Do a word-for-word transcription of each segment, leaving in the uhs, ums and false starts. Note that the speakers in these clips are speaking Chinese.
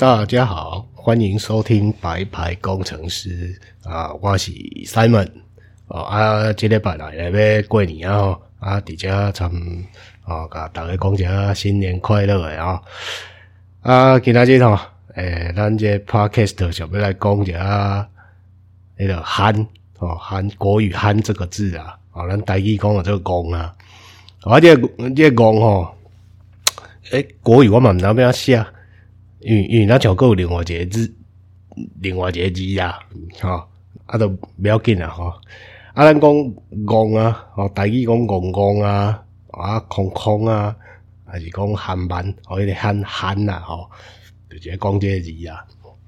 大家好，欢迎收听白牌工程师啊，我是 Simon 哦啊，这礼拜来咧要过年啊吼啊，伫遮参哦，甲大家讲一下新年快乐诶啊！啊，今仔日吼，诶，咱这 podcast 想要来讲一下那个憨哦，憨国语憨这个字啊，哦，咱台语讲的这个讲啊，啊，这个这个讲吼，诶，国语我嘛毋知要怎写。因为因为咱像还有另外一个字，另外一个字啊，吼，啊都不要紧啦，吼。啊，咱讲戆啊，吼，台语讲戆戆啊，啊空空啊，还是讲憨慢，吼，迄个憨憨啊，吼，就是讲这个字啊。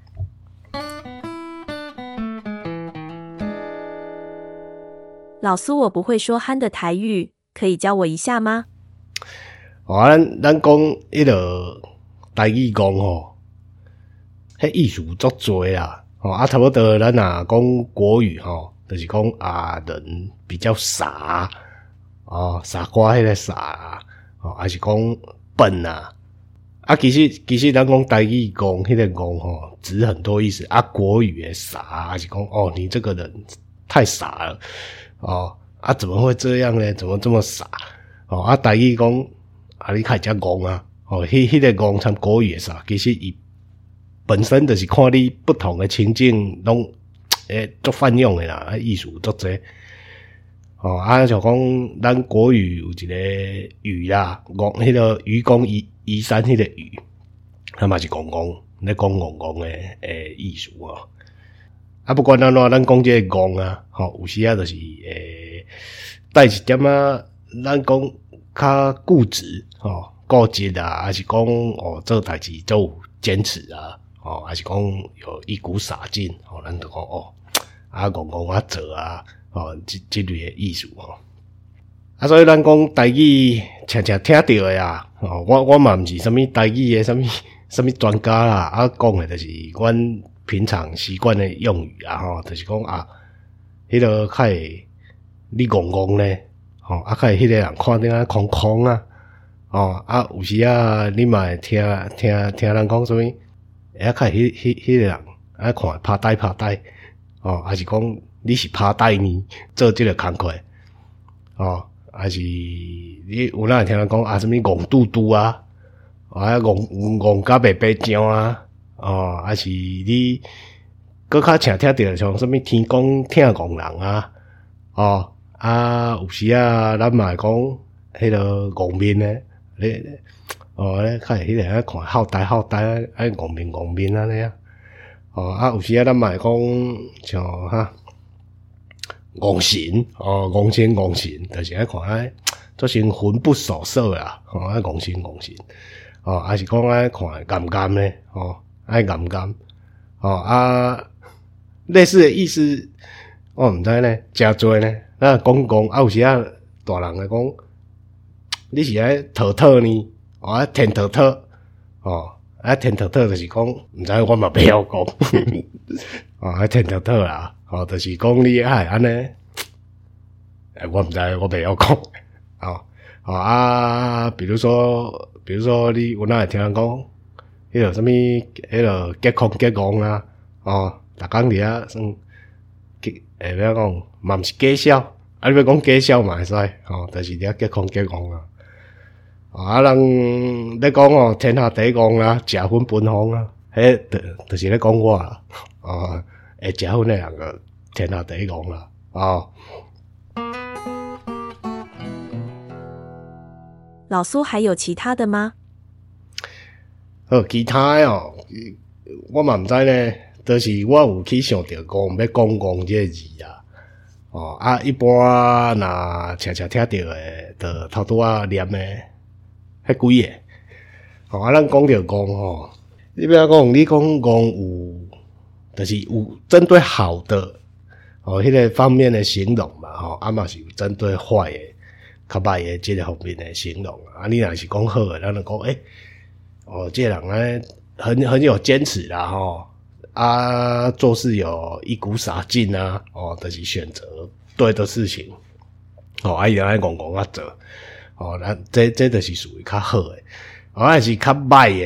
老苏，我不会说憨的台语，可以教我一下吗？ 哦，咱咱讲迄个台语讲吼，迄意思足多啦，吼啊，差不多咱若讲国语吼，就是讲啊人比较傻，哦，傻瓜迄个傻啊，哦，还是讲笨啊，啊，其实其实咱讲台语讲迄个讲吼，指很多意思啊，国语的傻，还是讲哦，你这个人太傻了，哦，啊，怎么会这样呢？怎么这么傻？哦，啊，台语讲啊，你开始讲啊。哦，迄迄个讲参国语诶啥，其实伊本身就是看你不同的情境拢诶做泛用诶啦，意思足济。哦，啊像讲咱国语有一个语啦，讲迄个愚公移移山迄个愚，他嘛是讲讲咧讲讲讲诶诶意思哦。啊，不管安怎，咱讲这个讲啊，吼，有时啊就是诶带一点啊，咱讲较固执吼。固执啊，还是讲哦做代志做有坚持啊，哦还是讲有一股傻劲，哦咱就讲哦啊讲讲啊做啊，哦这这类的意思哦。啊所以咱讲台语常常听到的啊，哦我我嘛毋是什么台语的什么什么专家啦，啊讲的就是阮平常习惯的用语啊，吼就是讲啊，迄、那个较会你戆戆咧，吼啊较会迄个人看顶啊空空啊。哦啊，有时啊，你嘛会听听听人讲什么？会较迄迄迄个人啊，看拍呆拍呆哦，还是讲你是拍呆呢？做这个工课哦，还是你有哪会听人讲啊？什么戆嘟嘟啊？啊，戆戆甲白白酱啊？哦，还是你搁较常听到像什么天公听戆人啊？哦啊，有时啊，咱嘛会讲迄个戆面呢。咧哦咧，较会迄个啊看好呆好呆啊，爱戆面戆面安尼啊。哦啊，有时啊，咱嘛会讲像哈戆神哦，戆神戆神，就是爱看爱做成魂不守舍啦，哦爱戆神戆神，哦还是讲爱看咸咸咧，哦爱咸咸，哦啊类似的意思，我毋知呢，诚多呢。咱讲讲啊，有时啊，大人来讲。你是爱讨讨呢？哦，爱填讨讨哦，爱填讨讨就是讲，毋知我嘛不晓讲，哦，爱填讨讨啦，哦，就是讲你爱安尼，诶，我毋知我不晓讲，哦，哦啊，比如说，比如说你有哪会听人讲，迄个什么，迄个结空结戆啊，哦，逐工伫遐算，诶，要讲嘛毋是假笑，啊，你要讲假笑嘛会使，哦，就是伫遐结空结戆啊。啊，人咧讲哦，天下第一讲啦，食薰分芳啊，迄就就是咧讲我啦，哦，会食薰的人个天下第一讲啦，哦。 老苏还有其他的吗？ 好，其他的哦，我嘛毋知呢，就是我有去想着讲要讲讲这个字啊，哦啊，一般若常常听到的，就头拄仔念的。迄几个，吼啊，咱讲着讲吼，你不要讲，你讲讲有，就是有针对好的，哦，迄个方面的形容嘛，吼，啊嘛是有针对坏的、较歹的这个方面的形容啊。你若是讲好的，咱就讲，诶、欸，哦，这个人呢，很很有坚持啦，吼，啊，做事有一股傻劲啊，哦，就是选择对的事情，哦，啊，伊来讲讲啊做。哦，咱这这就是属于较好诶，哦，还是较歹诶，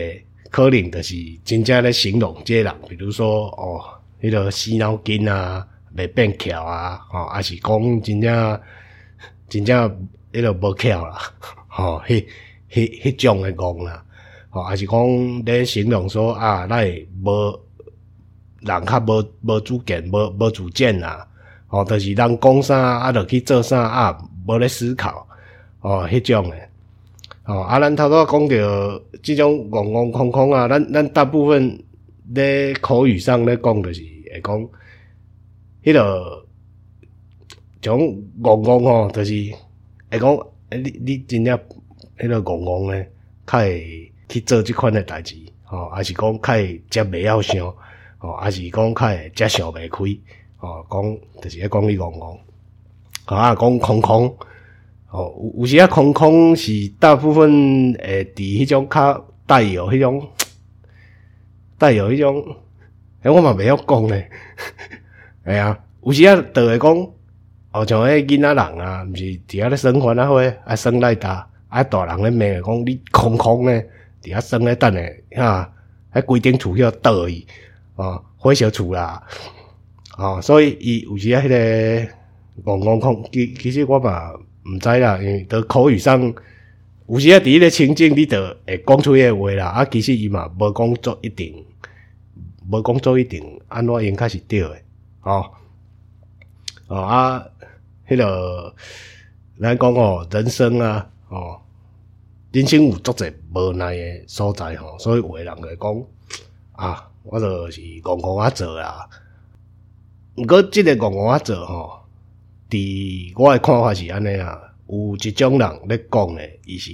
可能就是真正咧形容这个人，比如说哦，迄、那个死脑筋啊，袂变巧啊，吼、哦，还是讲真正真正迄个无巧啦，吼、哦，迄迄迄种诶讲啦，吼、哦，还是讲咧形容说啊，咱会无人较无无主见，无无主见啦，吼、哦，就是人讲啥啊，就去做啥啊，无咧思考，哦，迄种诶。哦，啊，咱头拄讲到即种戆戆空空啊，咱咱大部分咧口语上咧讲，就是会讲迄个种戆戆吼，就是会讲，诶，你你真正迄个戆戆咧，较会去做即款诶代志，吼、哦，还是讲较会接袂晓想，吼、哦，还是讲较会接受袂开，吼、哦，讲就是咧讲你戆戆，啊，讲空空。哦，有有时啊，空空是大部分诶，伫迄种较带有迄种带有迄种，诶，我嘛袂晓讲咧。哎啊，有时啊，就会讲，哦，像迄囡仔人啊，毋是伫遐咧生烦啊伙，啊生来大，啊大人咧骂讲你空空咧，伫遐生咧等咧，哈，迄规顶厝叫倒去，哦，火烧厝啦，哦，所以伊有时啊，迄个戆戆空，其其实我嘛。毋知啦，因为在口语上，有时啊，伫迄个情境，你就会讲出迄个话啦。啊，其实伊嘛无讲做一定，无讲做一定，安怎应该是对诶。哦，哦啊，迄、那个咱讲哦，人生啊，哦，人生有足侪无奈诶所在吼，所以有诶人会讲啊，我就是戆戆啊做啦。毋过即个戆戆啊做吼。伫我诶看法是安尼啦，有一种人咧讲诶，伊是，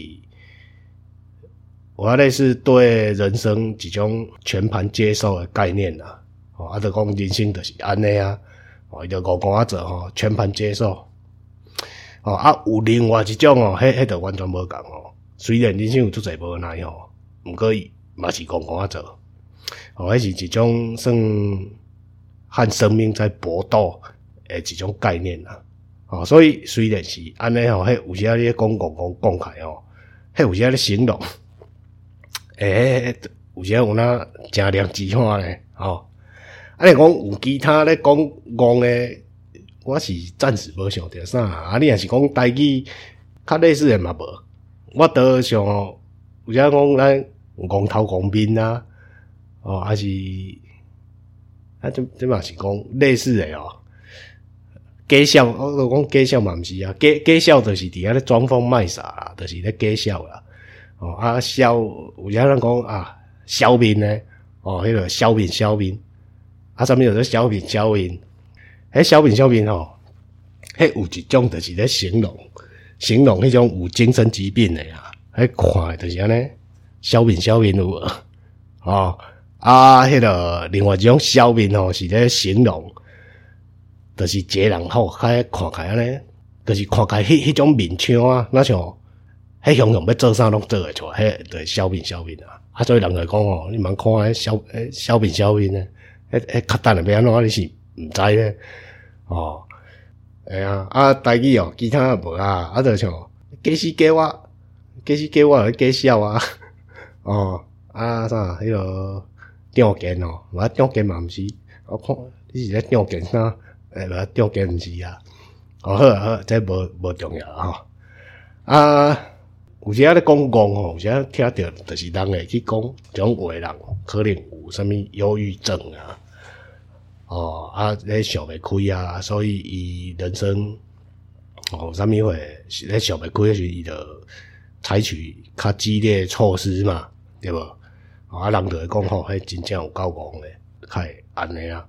我类是对人生一种全盘接受诶概念啦。哦，啊，就讲人生就是安尼啊，哦，伊就戆戆啊做吼，全盘接受。哦，啊，有另外一种哦，迄迄就完全无共哦。虽然人生有足侪无奈吼，毋过伊嘛是戆戆啊做。哦，迄是一种算和生命在搏斗诶一种概念啦。哦，所以虽然是安尼吼，迄有时啊，你讲讲讲讲起来吼，迄有时啊咧形容，诶、欸，有时啊有那真量之化咧，吼。啊，你讲有其他咧讲戆诶，我是暂时无想到啥。啊，你若是讲台语较类似诶嘛无，我倒想有时啊讲咱戆头戆面啊，哦，还是啊，这这嘛是讲类似诶哦。假笑，我就讲假笑嘛毋是啊，假假笑就是伫遐咧装疯卖傻啦，就是咧假笑啦。哦啊笑，有些人讲啊笑面呢，哦迄、那个笑面笑面，啊上面有个笑面笑面，迄笑面笑面吼，迄有一种就是咧形容形容迄种有精神疾病的啊，迄看的就是安尼笑面笑面有无？哦啊迄、那个另外一种笑面吼是咧形容。就是一个人吼，较看起来安尼，就是看起来迄迄种面相啊，那像迄形容要做啥拢做会出来，迄就是笑面笑面啊。啊，所以人来讲吼，你茫看迄笑迄笑面笑面呢，迄迄较等下要安怎你是毋知咧，哦，哎呀，啊，台语哦，其他无啊，啊，就像假死假我，假死假我假笑啊，哦，啊啥迄个钓剑哦，我钓剑嘛毋是，我看你是咧钓剑啥？诶，无钓剑毋是啊，哦好啊好，这无无重要啊吼。啊，有时仔咧讲戆吼，有时仔听着就是人会去讲，种话人可能有啥物忧郁症啊，哦啊咧想袂开啊，所以伊人生哦啥物会咧想袂开时，伊就采取较激烈措施嘛，对无？哦啊，人就会讲吼，迄真正有够戆诶，较会安尼啊。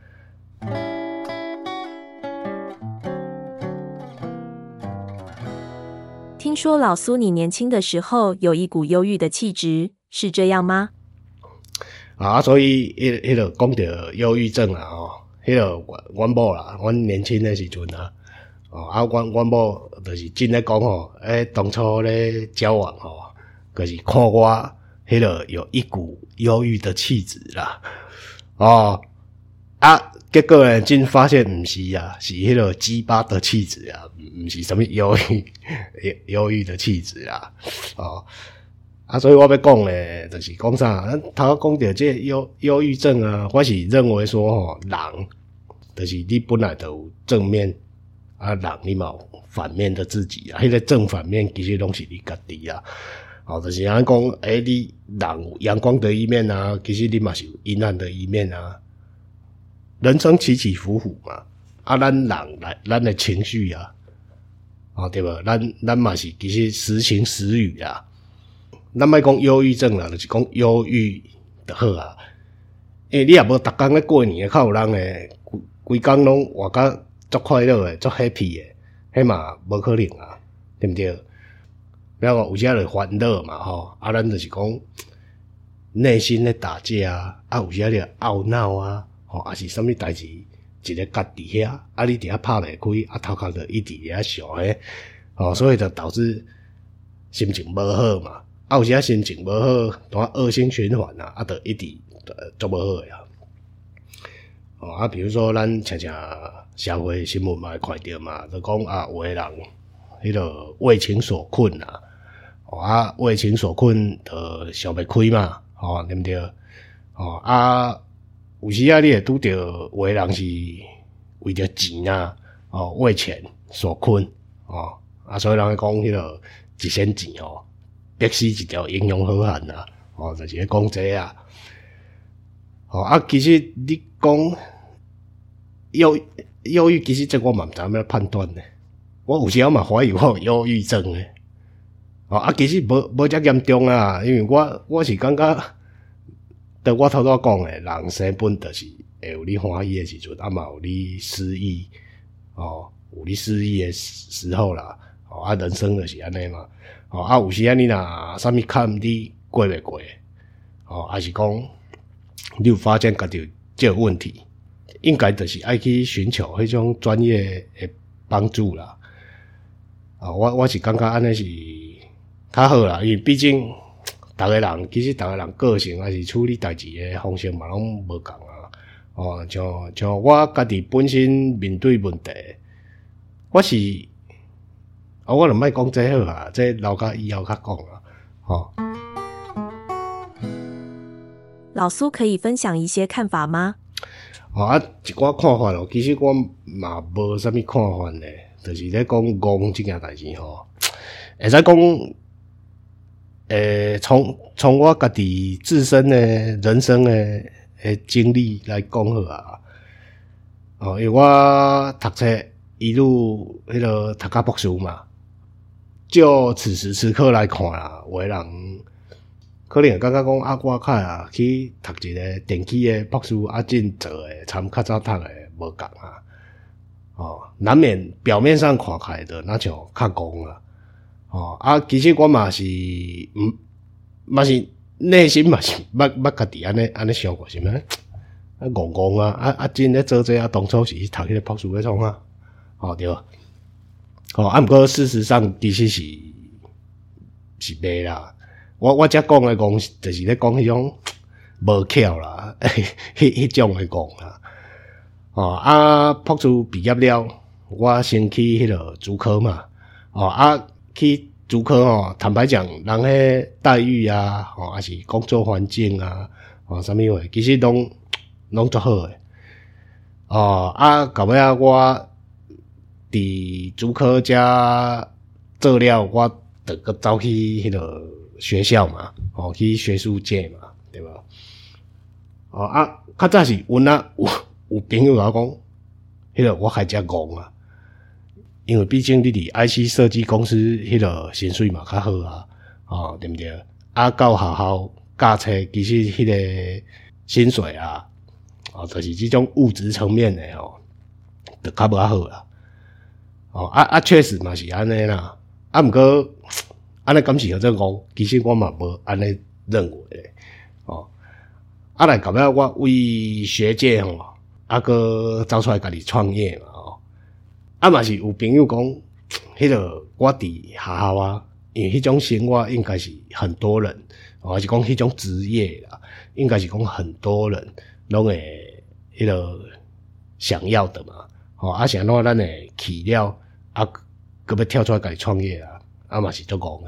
听说老苏你年轻的时候有一股忧郁的气质，是这样吗？ 啊，所以迄迄个讲到忧郁症啊，吼，迄个阮某啦，阮年轻的时阵啊，哦啊，阮阮某就是真咧讲吼，诶，当初咧交往吼，就是看我迄个有一股忧郁的气质啦，哦啊。结果呢，竟发现毋是啊，是迄个鸡巴的气质啊，毋是什么忧郁忧郁的气质啊，哦啊，所以我要讲咧，就是讲啥，咱头讲到这忧忧郁症啊，我是认为说吼，人就是你本来就有正面啊，人你嘛有反面的自己啊，迄、那个正反面其实拢是你家己啊。哦，就是咱讲，诶、欸，你人有阳光的一面啊，其实你嘛是有阴暗的一面啊。人生起起伏伏嘛，啊，咱人来，咱的情绪啊，哦，对吧？咱咱嘛是其实时情时语啊。咱莫讲忧郁症啦，就是讲忧郁就好啊。因为你也无逐工咧过年，较有人诶，规规工拢活甲足快乐诶，足 happy 诶，迄嘛无可能啊，对不对？不要讲有些人烦恼嘛吼，啊，咱就是讲内心咧打架啊，啊，有些咧懊恼啊，吼，啊是啥物代志，一个夹伫遐，啊，你伫遐拍袂开，啊，头壳就一直伫遐想诶，吼，所以就导致心情无好嘛。啊，有时啊心情无好，当恶性循环啊，啊，就一直做无好诶啊。哦啊，比如说咱常常社会新闻嘛会看到嘛，就讲啊，有诶人迄个为情所困啊，哦啊，为情所困就想袂开嘛，哦，对不对？哦啊，有时啊，你会拄着有诶人是为着钱啊，哦，为钱所困，哦啊，所以人会讲迄个一仙钱哦。逼死一条英雄好汉啊！哦，就是咧讲这啊。哦啊，其实你讲忧忧郁，其实这我嘛毋知影要判断呢。我有时候嘛怀疑我有忧郁症呢。哦啊，其实无无遮严重啊，因为我我是感觉，得我头拄讲诶，人生本就是会有你欢喜诶时阵，啊嘛有你失意，哦，有你失意诶时候啦。哦啊，人生就是安尼嘛。哦啊，有时啊，你若啥物坎你过袂过，哦，还是讲你有发现家己这个问题，应该就是爱去寻求迄种专业的帮助啦。啊、哦，我我是感觉安尼是较好啦，因为毕竟逐个人其实逐个人个性还是处理代志的方式嘛，拢无共啊。哦，像像我家己本身面对问题，我是。啊，我就莫讲这好啊，这留到以后较讲啊。吼、哦， 老苏可以分享一些看法吗？ 哦啊，一寡看法咯，其实我嘛无啥物看法咧，就是咧讲戆这件代志吼，会使讲，诶，从从我家己自身的人生的诶经历来讲好啊。哦，因为我读册一路迄个读到博士嘛。就此时此刻来看啦，有诶人可能会感觉讲啊，我较啊去读一个电机诶博士，啊，进做诶参较早读诶无共啊，哦，难免表面上看起来的那就较戆啦，哦啊，其实我嘛是嗯，嘛是内心嘛是捌捌家己安尼安尼想过，是咩？啊戆戆啊，啊啊，真咧做这啊，当初是去读迄个博士诶创啊，哦对。哦，啊，毋过事实上其实是是袂啦。我我遮讲诶讲，就是咧讲迄种无巧啦，迄迄种诶讲啦。哦啊，博士毕业了，我先去迄个竹科嘛。哦啊，去竹科吼，坦白讲，人迄待遇啊，哦，还是工作环境啊，哦，啥物话，其实拢拢足好诶。哦啊，到尾啊，我。伫竹科遮做了，我得个走去迄个学校嘛，哦，去学术界嘛，对吧？哦啊，较早是阮啊有有朋友甲我讲，迄个我还遮戆啊，因为毕竟你伫 I C 设计公司迄个薪水嘛较好啊，哦，对不对？啊，到学校教册，其实迄个薪水啊，哦，就是这种物质层面的哦，就较无好啦。哦啊啊，确实嘛是安尼啦。啊，毋过安尼敢是何做讲？其实我嘛无安尼认为诶。哦，啊来到尾我为学界吼，啊个走出来家己创业嘛。哦，啊嘛是有朋友讲，迄个我伫学校啊，因为迄种生活应该是很多人，哦，还是讲迄种职业啦，应该是讲很多人拢会迄个想要的嘛。哦，啊想怎咱会去了。啊，佮要跳出来家己创业啊，啊嘛是足戆诶啊，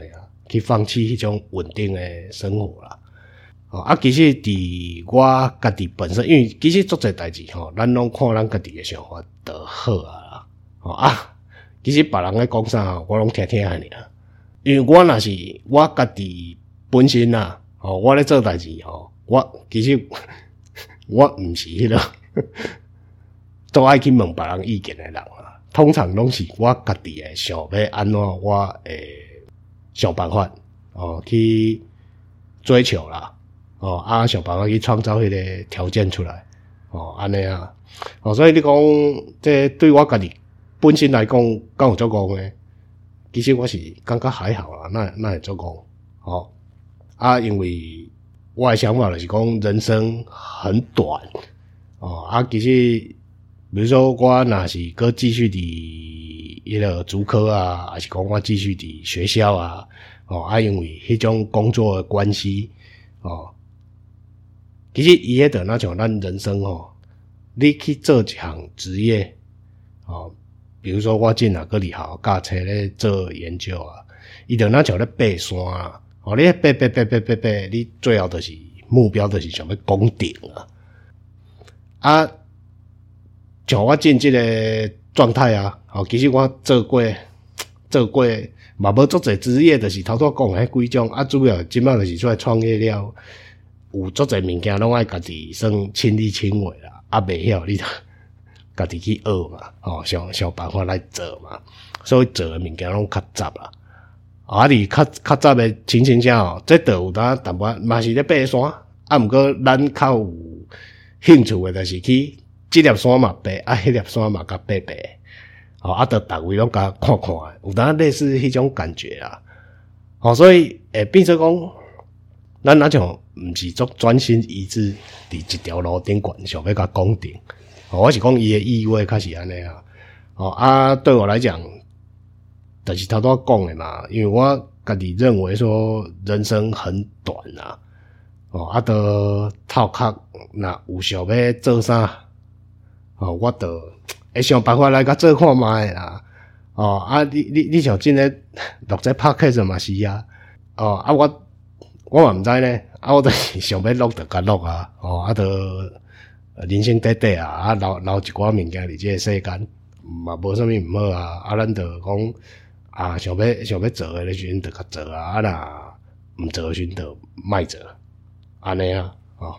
去放弃迄种稳定的生活啦。哦啊，其实伫我家己本身，因为其实做这代志吼，咱拢看咱家己的想法就好啊啦。哦啊，其实别人咧讲啥吼，我拢听听尔。因为我若是我家己本身啊，哦，我咧做代志吼，我其实我毋是迄个都爱去问别人意见的人啊。通常拢是我家己诶想要安怎，我会想办法哦去追求啦，哦啊想办法去创造迄个条件出来，哦安尼啊，哦所以你讲这对我家己本身来讲，敢有足讲诶？其实我是感觉还好啦，那那会足讲，哦啊，因为我诶想法就是讲人生很短，哦啊其实。比如说我若是搁继续伫迄个主科啊，还是讲我继续伫学校啊，哦啊，因为迄种工作的关系，哦，其实伊迄个那像咱人生哦，你去做一项职业，哦，比如说我进哪个里好驾车咧做研究啊，伊就那像咧爬山啊，哦，你爬爬爬爬爬爬，你最后就是目标就是想要攻顶啊，啊。像我进这个状态啊，哦，其实我做过，做过，嘛无做侪职业，就是头拄讲迄几种，啊，主要即摆就是出来创业了，有做侪物件拢爱家己算亲力亲为啦，啊，袂晓你家己去学嘛，哦，想想办法来做嘛，所以做诶物件拢较杂啦，啊，伫较较杂诶情形下哦，这就有当淡薄嘛是咧爬山，啊，毋过咱较有兴趣诶，就是去。这粒山嘛爬，啊，迄粒山嘛甲爬爬，哦，啊，得逐位拢甲看看，有当类似迄种感觉啦，哦，所以会变做讲，咱那种毋是足专心致志伫一条路顶管，想要甲攻顶，哦，我是讲伊诶意味较是安尼啊，哦，啊，对我来讲，就是头拄讲诶嘛，因为我家己认为说人生很短啊，哦，啊，得透壳若有想要做啥。哦，我就会想办法来甲做看卖啦。哦，啊，你你你像真诶录这 podcast 嘛是啊。哦，啊我我嘛毋知呢，啊我就是想要录就甲录啊。哦，啊就人生短短啊，啊留留一寡物件伫这个世间，嘛无啥物毋好啊。啊，咱就讲啊，想要想要做诶咧时阵就甲做啊，啊若毋做诶时阵就莫做，安尼啊，哦。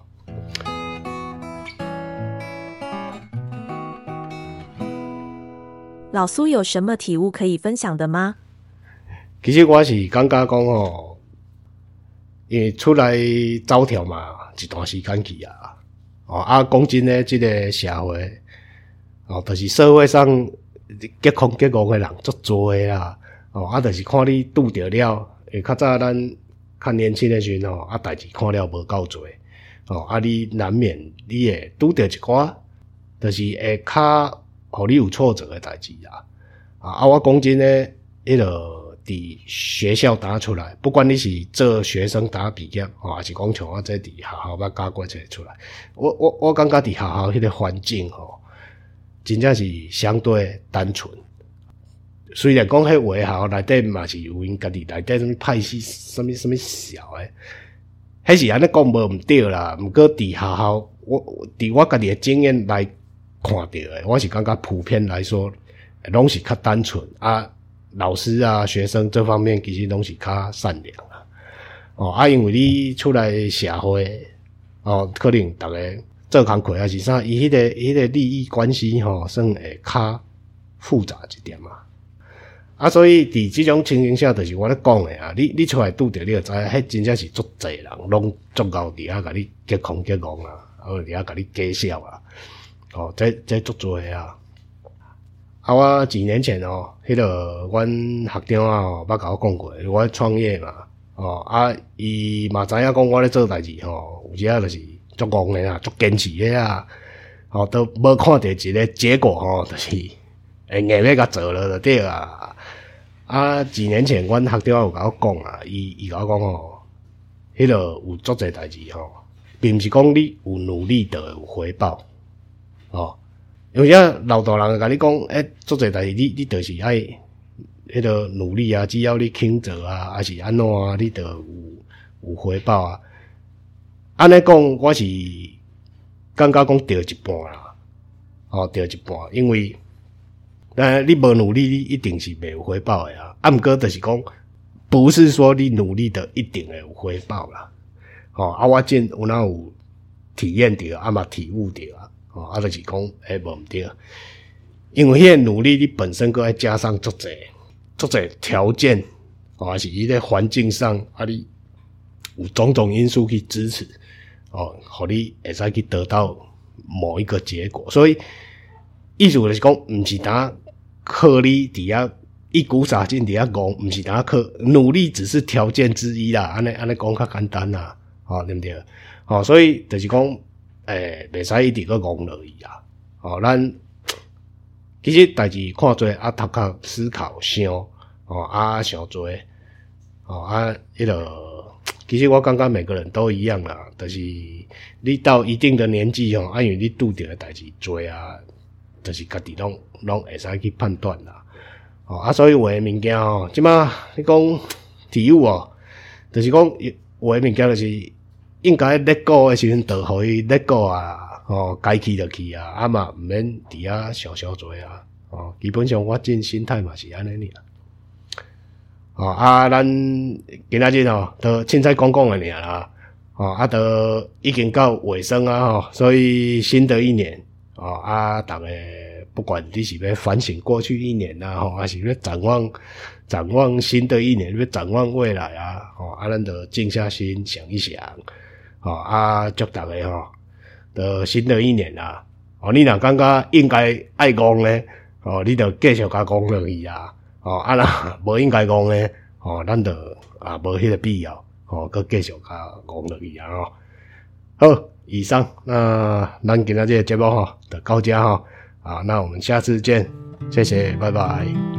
老苏有什么体悟可以分享的吗？ 其实我是感觉讲吼，因为出来走跳嘛，一段时间去啊，哦啊，讲真诶，这个社会，哦，就是社会上结空结误诶人足多诶啦，哦啊，就是看你拄着了，因为较早咱较年轻诶时阵吼，啊，代志看了无够多，哦啊，你难免你会拄着一寡，就是会较。互你有挫折的代志啦，啊！啊，我讲真诶，迄个伫学校打出来，不管你是做学生打毕业，吼，还是讲像我这伫学校捌教过这出来，我我我感觉伫学校迄个环境吼，真正是相对单纯。虽然讲迄学校内底嘛是有因家己内底什么派系、什么什么小诶，迄是安尼讲无毋对啦。毋过伫学校，我伫我家己诶经验来。看到诶，我是感觉普遍来说，拢是较单纯啊，老师啊、学生这方面其实拢是较善良啊。哦啊，因为你出来社会，哦，可能逐个做工课还是啥，伊迄、那个伊迄、那个利益关系吼、哦，算会较复杂一点嘛。啊，所以伫即种情形下，就是我咧讲诶啊，你你出来拄着，你就知影，迄真正是足济人拢足够伫遐甲你结空结戆啊，啊，伫遐甲你介绍啊。哦，这这足多诶啊！啊，我几年前哦，迄、那个阮学长啊，哦，捌甲我讲过，我创业嘛，哦啊，伊嘛知影讲我咧做代志吼，有时啊就是足戆诶啊，足坚持诶啊，哦，都无看到一个结果吼，就是会硬要甲做了就对啊。啊，几年前阮学长有甲我讲啊，伊伊甲我讲吼，迄、那个有足侪代志吼，并毋是讲你有努力就有回报。哦，有些老大人甲你讲，诶、欸，做这代志，你你就是爱迄个努力啊，只要你肯做啊，还是安怎啊，你就有有回报啊。安尼讲，我是感觉讲对一半啦，哦，对一半，因为呃，你无努力，你一定是袂有回报的啊。啊，毋过就是讲，不是说你努力的一定会有回报啦。哦，啊，我真有哪有体验到，啊嘛体悟到啊，哦，啊就是讲，诶，无毋对，因为迄个努力，你本身佫要加上足侪足侪条件，哦，还是伊咧环境上，啊，你有种种因素去支持。哦，互你会使去得到某一个结果，所以意思就是讲，毋是单靠你伫遐一股傻劲伫遐讲，毋是单靠努力，只是条件之一啦。安尼安尼讲较简单啦，哦，对不对？哦，所以就是讲，诶，袂使一直个讲落去啦。哦，咱其实代志看做啊，头壳思考想，哦啊想做，哦啊迄个。其实我感觉每个人都一样啦，就是你到一定的年纪吼，啊因为你拄着的代志多啊，就是家己拢拢会使去判断啦。哦啊，所以有诶物件吼，即马你讲体悟哦，就是讲有诶物件就是应该 let go 诶时阵，就互伊 let go 啊，哦该去就去啊，啊嘛毋免伫遐想伤多啊。哦，基本上我真心态嘛是安尼尔。哦啊，咱今仔日吼，都凊彩讲讲诶尔啦。哦啊，都已经到尾声啊吼，所以新的一年，哦啊，逐个不管你是要反省过去一年啊，吼，还是要展望展望新的一年，要展望未来啊，哦啊，咱就静下心想一想，哦啊，祝逐个吼，都新的一年啊，哦，你若感觉应该爱讲咧，哦，你就继续甲讲落去啊。哦，啊啦，无应该讲诶，哦，咱就啊无迄个必要，哦，佮继续甲讲落去啊，吼。好，以上，那咱今仔日节目吼就到这吼，啊，那我们下次见，谢谢，拜拜。